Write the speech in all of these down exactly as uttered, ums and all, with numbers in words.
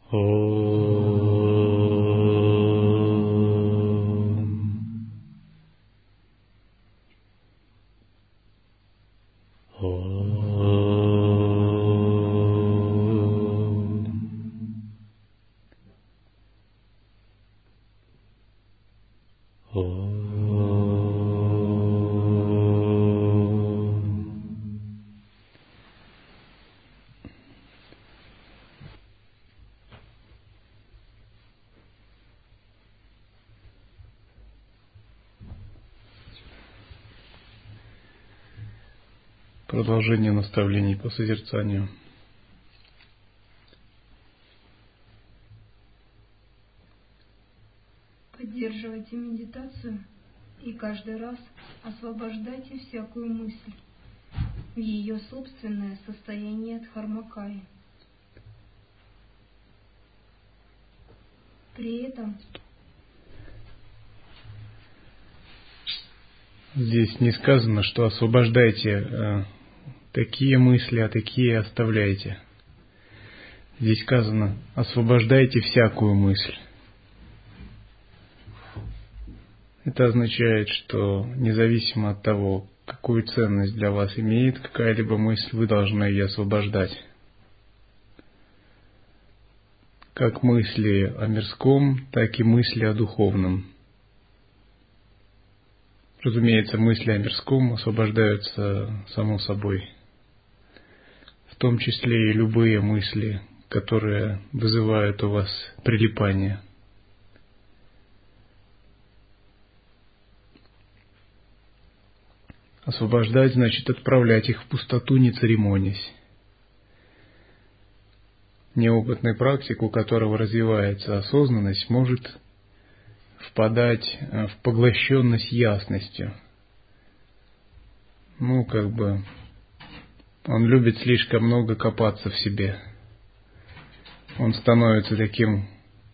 Продолжение наставлений по созерцанию. Поддерживайте медитацию и каждый раз освобождайте всякую мысль в ее собственное состояние дхармакая. При этом здесь не сказано, что освобождайте э, такие мысли, а такие оставляйте. Здесь сказано, освобождайте всякую мысль. Это означает, что независимо от того, какую ценность для вас имеет какая-либо мысль, вы должны ее освобождать. Как мысли о мирском, так и мысли о духовном. Разумеется, мысли о мирском освобождаются само собой. В том числе и любые мысли, которые вызывают у вас прилипание. Освобождать значит отправлять их в пустоту, не церемонясь. Неопытный практик, у которого развивается осознанность, может впадать в поглощенность ясностью. Ну, как бы, он любит слишком много копаться в себе. Он становится таким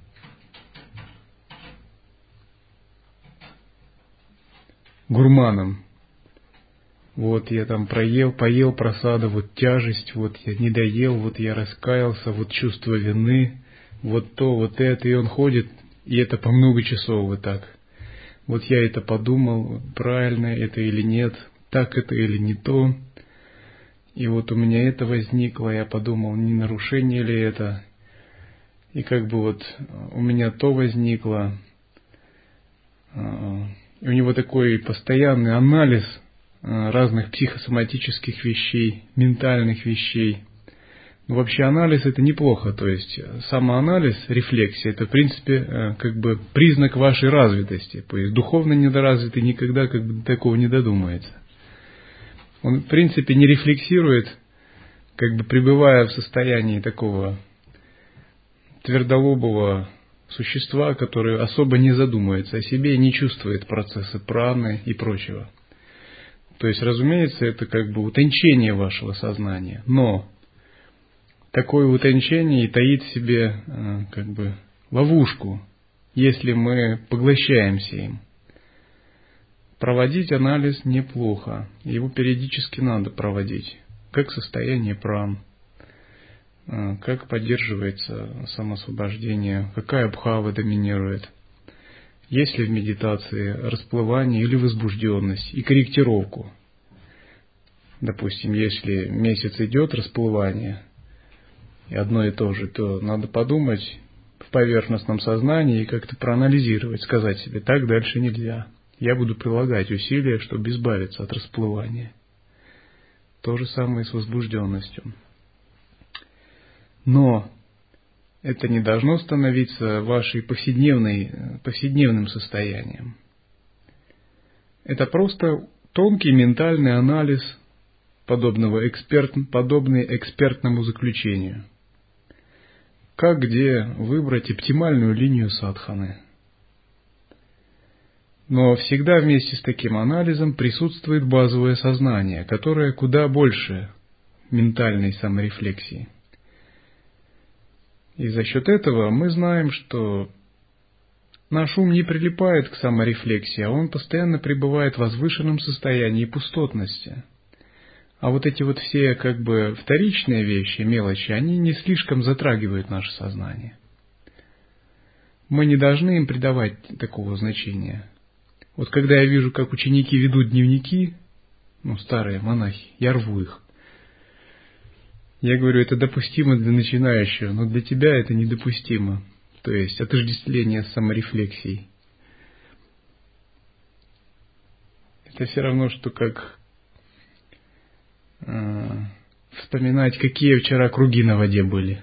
гурманом. Вот я там проел, поел просаду, вот тяжесть, вот я не доел, вот я раскаялся, вот чувство вины, вот то, вот это, и он ходит, и это по много часов вот так. Вот я это подумал, правильно это или нет, так это или не то. И вот у меня это возникло, я подумал, не нарушение ли это. И как бы вот у меня то возникло. И у него такой постоянный анализ разных психосоматических вещей, ментальных вещей. Но вообще анализ это неплохо, то есть самоанализ, рефлексия, это в принципе как бы признак вашей развитости. То есть духовно недоразвитый никогда как бы до такого не додумается. Он в принципе не рефлексирует, как бы пребывая в состоянии такого твердолобого существа, которое особо не задумывается о себе и не чувствует процессы праны и прочего. То есть, разумеется, это как бы утончение вашего сознания. Но такое утончение и таит в себе э, как бы ловушку, если мы поглощаемся им. Проводить анализ неплохо. Его периодически надо проводить. Как состояние пран, э, как поддерживается самоосвобождение, какая бхава доминирует. Есть ли в медитации расплывание или возбужденность и корректировку? Допустим, если месяц идет расплывание, и одно и то же, то надо подумать в поверхностном сознании и как-то проанализировать, сказать себе, так дальше нельзя. Я буду прилагать усилия, чтобы избавиться от расплывания. То же самое с возбужденностью. Но это не должно становиться вашей повседневной, повседневным состоянием. Это просто тонкий ментальный анализ, подобного эксперт, подобный экспертному заключению. Как где выбрать оптимальную линию садханы. Но всегда вместе с таким анализом присутствует базовое сознание, которое куда больше ментальной саморефлексии. И за счет этого мы знаем, что наш ум не прилипает к саморефлексии, а он постоянно пребывает в возвышенном состоянии пустотности. А вот эти вот все как бы вторичные вещи, мелочи, они не слишком затрагивают наше сознание. Мы не должны им придавать такого значения. Вот когда я вижу, как ученики ведут дневники, ну, старые монахи, я рву их. Я говорю, это допустимо для начинающего, но для тебя это недопустимо. То есть отождествление с саморефлексией. Это все равно, что как э, вспоминать, какие вчера круги на воде были.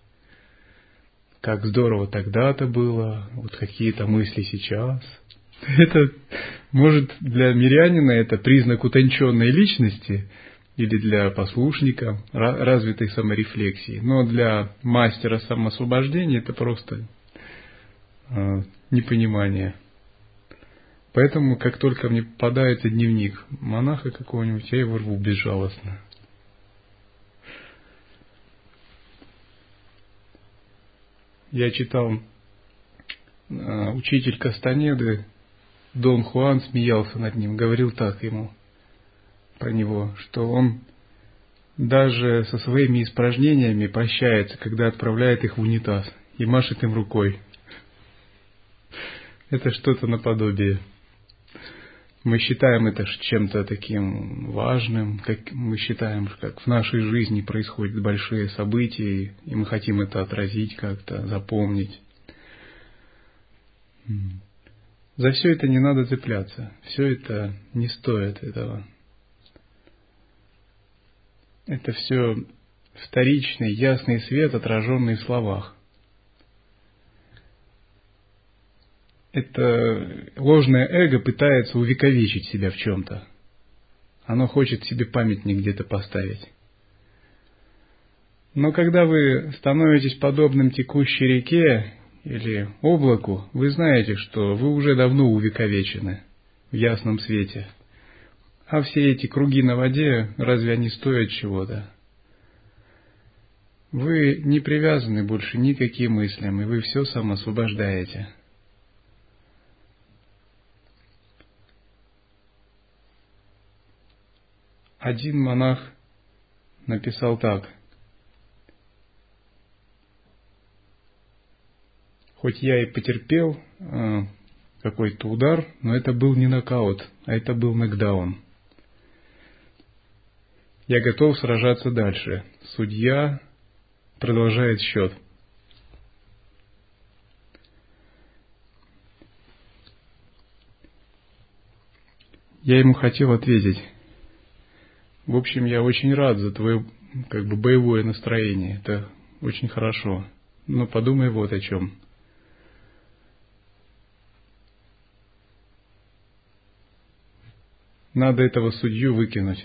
Как здорово тогда-то было, вот какие-то мысли сейчас. Это, может, для мирянина это признак утонченной личности или для послушника развитой саморефлексии. Но для мастера самоосвобождения это просто э, непонимание. Поэтому, как только мне попадается дневник монаха какого-нибудь, я его рву безжалостно. Я читал, э, учитель Кастанеды, Дон Хуан смеялся над ним, говорил так ему, про него, что он даже со своими испражнениями прощается, когда отправляет их в унитаз и машет им рукой. Это что-то наподобие. Мы считаем это чем-то таким важным, как мы считаем, как в нашей жизни происходят большие события, и мы хотим это отразить как-то, запомнить. За все это не надо цепляться, все это не стоит этого. Это все вторичный, ясный свет, отраженный в словах. Это ложное эго пытается увековечить себя в чем-то. Оно хочет себе памятник где-то поставить. Но когда вы становитесь подобным текущей реке или облаку, вы знаете, что вы уже давно увековечены в ясном свете. А все эти круги на воде, разве они стоят чего-то? Вы не привязаны больше ни к каким мыслям, и вы все самоосвобождаете. Один монах написал так. Хоть я и потерпел э, какой-то удар, но это был не нокаут, а это был нокдаун. Я готов сражаться дальше. Судья продолжает счет. Я ему хотел ответить. В общем, я очень рад за твое как бы боевое настроение. Это очень хорошо. Но подумай вот о чем. Надо этого судью выкинуть.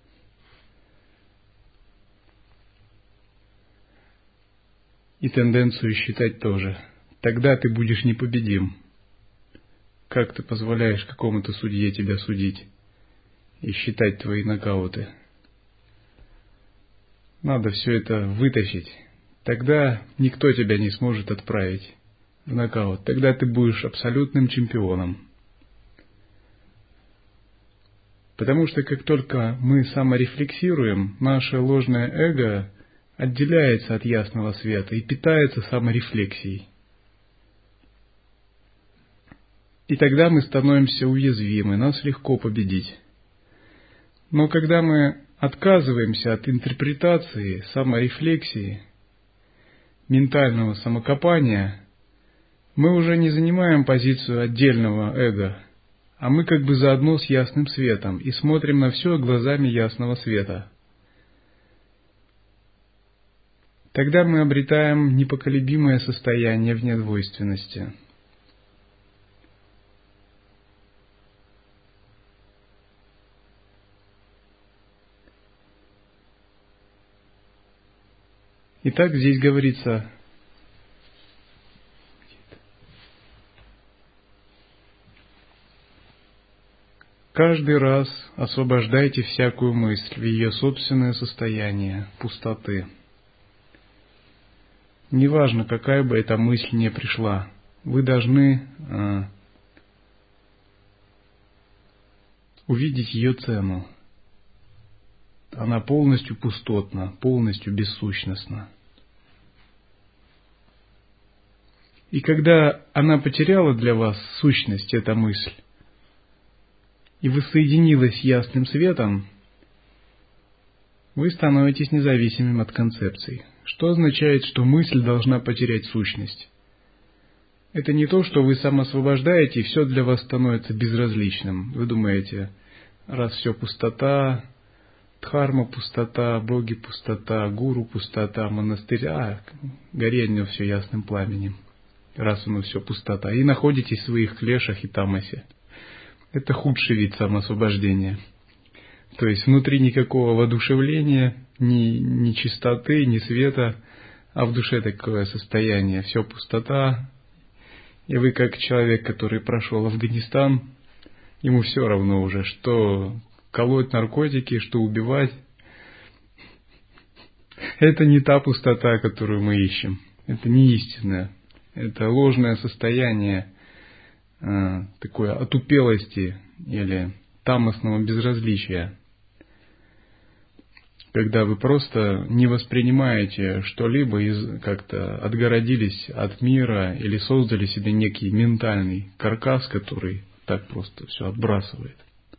И тенденцию считать тоже. Тогда ты будешь непобедим. Как ты позволяешь какому-то судье тебя судить и считать твои нокауты? Надо все это вытащить. Тогда никто тебя не сможет отправить в нокаут. Тогда ты будешь абсолютным чемпионом. Потому что как только мы саморефлексируем, наше ложное эго отделяется от ясного света и питается саморефлексией. И тогда мы становимся уязвимы, нас легко победить. Но когда мы отказываемся от интерпретации, саморефлексии, ментального самокопания, мы уже не занимаем позицию отдельного эго, а мы как бы заодно с ясным светом и смотрим на все глазами ясного света. Тогда мы обретаем непоколебимое состояние вне двойственности. Итак, здесь говорится, каждый раз освобождайте всякую мысль в ее собственное состояние пустоты. Неважно, какая бы эта мысль ни пришла, вы должны э, увидеть ее цену. она полностью пустотна, полностью бессущностна. И когда она потеряла для вас сущность, эта мысль, и воссоединилась с ясным светом, вы становитесь независимым от концепций, что означает, что мысль должна потерять сущность. Это не то, что вы самоосвобождаете, и все для вас становится безразличным. Вы думаете, раз все пустота, дхарма пустота, боги пустота, гуру пустота, монастырь, а, горе оно все ясным пламенем, раз оно все пустота, и находитесь в своих клешах и тамасе. Это худший вид самоосвобождения. То есть внутри никакого воодушевления, ни, ни чистоты, ни света, а в душе такое состояние, все пустота. И вы как человек, который прошел Афганистан, ему все равно уже, что колоть наркотики, что убивать. Это не та пустота, которую мы ищем. Это не истинное. Это ложное состояние э, такой отупелости или тамосного безразличия. Когда вы просто не воспринимаете что-либо, и как-то отгородились от мира или создали себе некий ментальный каркас, который так просто все отбрасывает.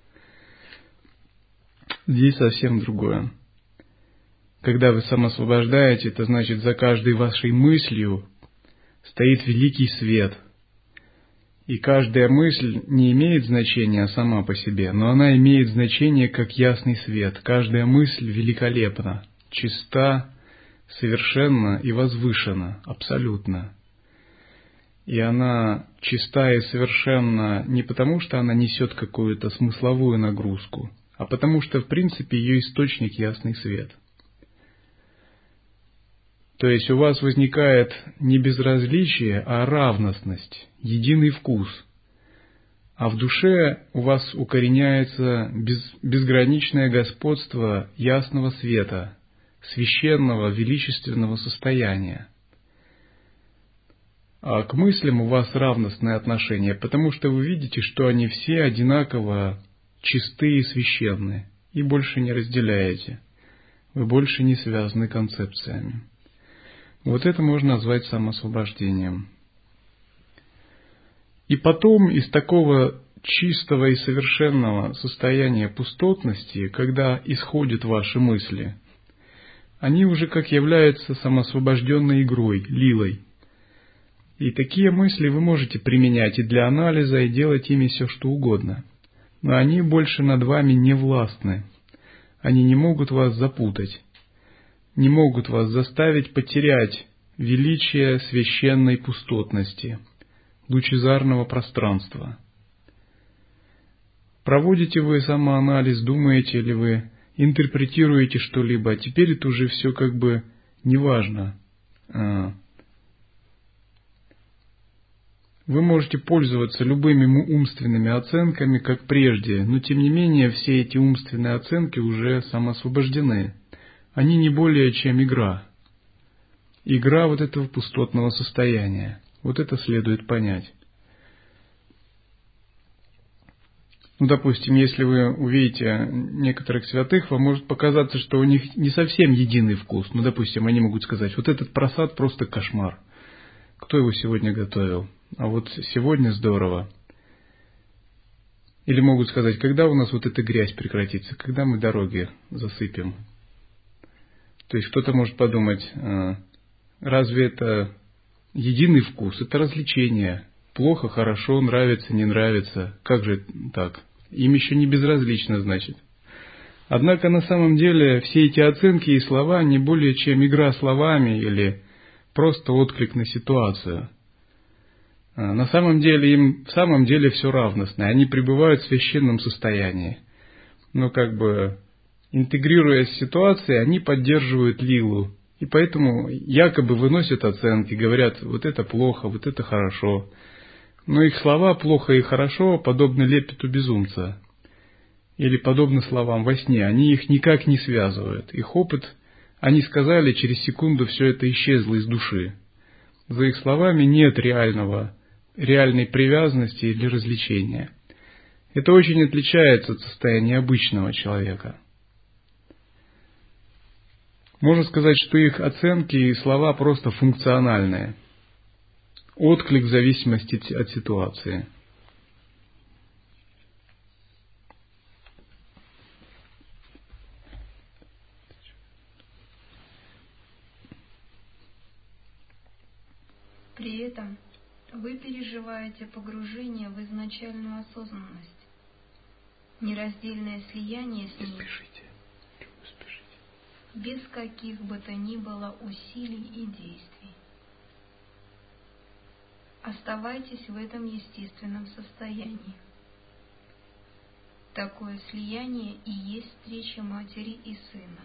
Здесь совсем другое. Когда вы самоосвобождаете, это значит, за каждой вашей мыслью стоит великий свет. И каждая мысль не имеет значения сама по себе, но она имеет значение как ясный свет. Каждая мысль великолепна, чиста, совершенна и возвышена, абсолютно. И она чиста и совершенна не потому, что она несет какую-то смысловую нагрузку, а потому что, в принципе, ее источник ясный свет. То есть у вас возникает не безразличие, а равностность, единый вкус. А в душе у вас укореняется без, безграничное господство ясного света, священного, величественного состояния. А к мыслям у вас равностное отношение, потому что вы видите, что они все одинаково чисты и священны, и больше не разделяете. Вы больше не связаны концепциями. Вот это можно назвать самоосвобождением. И потом из такого чистого и совершенного состояния пустотности, когда исходят ваши мысли, они уже как являются самоосвобожденной игрой, лилой. И такие мысли вы можете применять и для анализа, и делать ими все, что угодно. Но они больше над вами не властны. Они не могут вас запутать. Не могут вас заставить потерять величие священной пустотности, лучезарного пространства. Проводите вы самоанализ, думаете ли вы, интерпретируете что-либо, а теперь это уже все как бы неважно. Вы можете пользоваться любыми умственными оценками, как прежде, но тем не менее все эти умственные оценки уже самоосвобождены. Они не более чем игра. Игра вот этого пустотного состояния. Вот это следует понять. Ну, допустим, если вы увидите некоторых святых, вам может показаться, что у них не совсем единый вкус. Ну, допустим, они могут сказать, вот этот просад просто кошмар. Кто его сегодня готовил? А вот сегодня здорово. Или могут сказать, когда у нас вот эта грязь прекратится, когда мы дороги засыпем. То есть кто-то может подумать, разве это единый вкус, это развлечение, плохо, хорошо, нравится, не нравится, как же так? Им еще не безразлично, значит. Однако на самом деле все эти оценки и слова не более чем игра словами или просто отклик на ситуацию. На самом деле им в самом деле все равностно, они пребывают в священном состоянии. Но как бы интегрируясь в ситуации, они поддерживают лилу. И поэтому якобы выносят оценки, говорят, вот это плохо, вот это хорошо. Но их слова плохо и хорошо подобны лепету безумца. Или подобны словам во сне. Они их никак не связывают. Их опыт, они сказали, через секунду все это исчезло из души. За их словами нет реального, реальной привязанности или развлечения. Это очень отличается от состояния обычного человека. Можно сказать, что их оценки и слова просто функциональные. Отклик в зависимости от ситуации. При этом вы переживаете погружение в изначальную осознанность, нераздельное слияние с ней, без каких бы то ни было усилий и действий. Оставайтесь в этом естественном состоянии. Такое слияние и есть встреча матери и сына.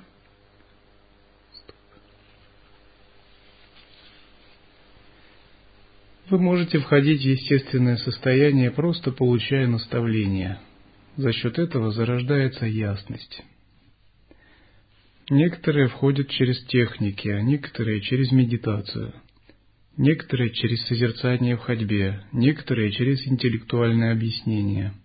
Вы можете входить в естественное состояние, просто получая наставления. За счет этого зарождается ясность. Некоторые входят через техники, а некоторые через медитацию. Некоторые через созерцание в ходьбе, некоторые через интеллектуальное объяснение.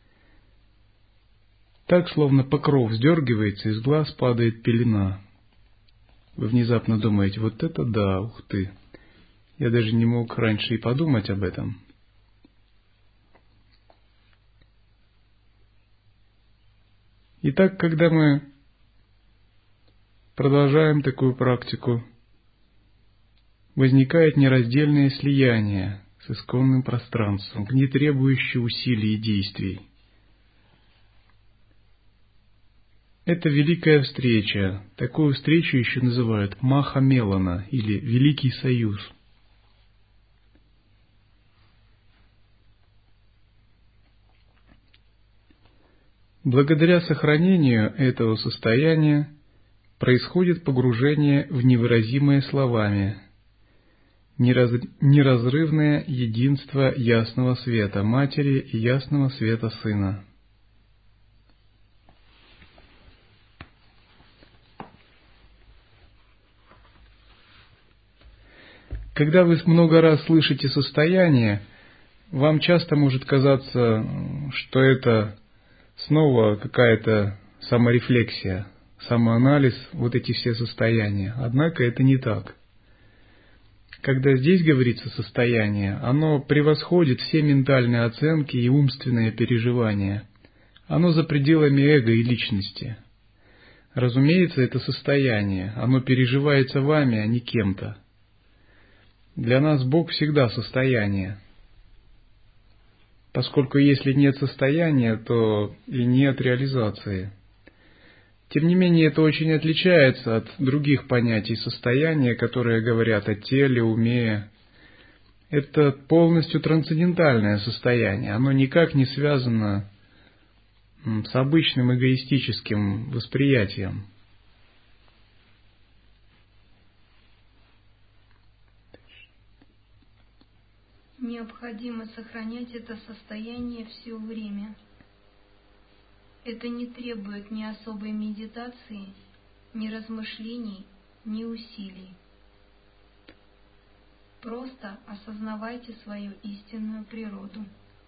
Так, словно покров сдергивается, из глаз падает пелена. Вы внезапно думаете: вот это да, ух ты! Я даже не мог раньше и подумать об этом. Итак, когда мы продолжаем такую практику, возникает нераздельное слияние с исконным пространством, не требующее усилий и действий. Это великая встреча. Такую встречу еще называют Маха Мелана или Великий Союз. Благодаря сохранению этого состояния происходит погружение в невыразимое словами, нераз... неразрывное единство ясного света Матери и ясного света Сына. Когда вы много раз слышите состояние, вам часто может казаться, что это снова какая-то саморефлексия, самоанализ, вот эти все состояния. Однако это не так. Когда здесь говорится состояние, оно превосходит все ментальные оценки и умственные переживания. Оно за пределами эго и личности. Разумеется, это состояние, оно переживается вами, а не кем-то. Для нас Бог всегда состояние. Поскольку если нет состояния, то и нет реализации. Тем не менее, это очень отличается от других понятий состояния, которые говорят о теле, уме. Это полностью трансцендентальное состояние. Оно никак не связано с обычным эгоистическим восприятием. Необходимо сохранять это состояние все время. Это не требует ни особой медитации, ни размышлений, ни усилий. Просто осознавайте свою истинную природу.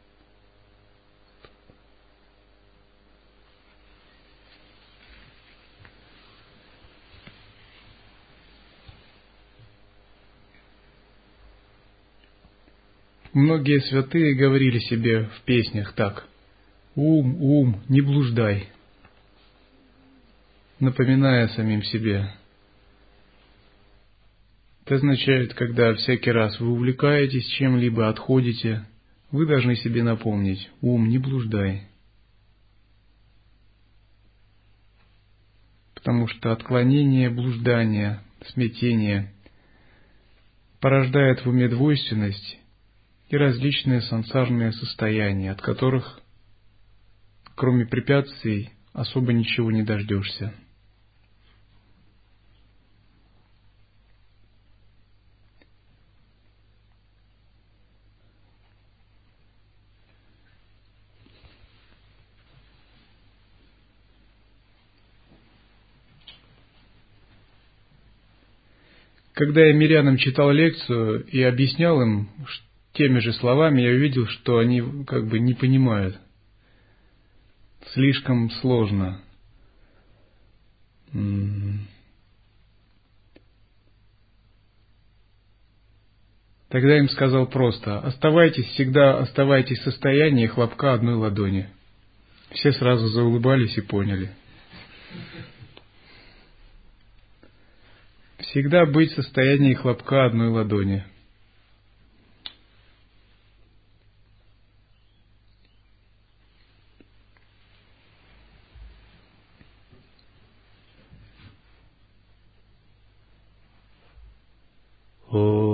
Многие святые говорили себе в песнях так: «Ум, ум, не блуждай», напоминая самим себе. Это означает, когда всякий раз вы увлекаетесь чем-либо, отходите, вы должны себе напомнить: «Ум, не блуждай». Потому что отклонение, блуждание, смятение порождает в уме двойственность и различные сансарные состояния, от которых, кроме препятствий, особо ничего не дождешься. Когда я мирянам читал лекцию и объяснял им теми же словами, я увидел, что они как бы не понимают. Слишком сложно. Тогда им сказал просто: оставайтесь, всегда оставайтесь в состоянии хлопка одной ладони. Все сразу заулыбались и поняли. Всегда быть в состоянии хлопка одной ладони. О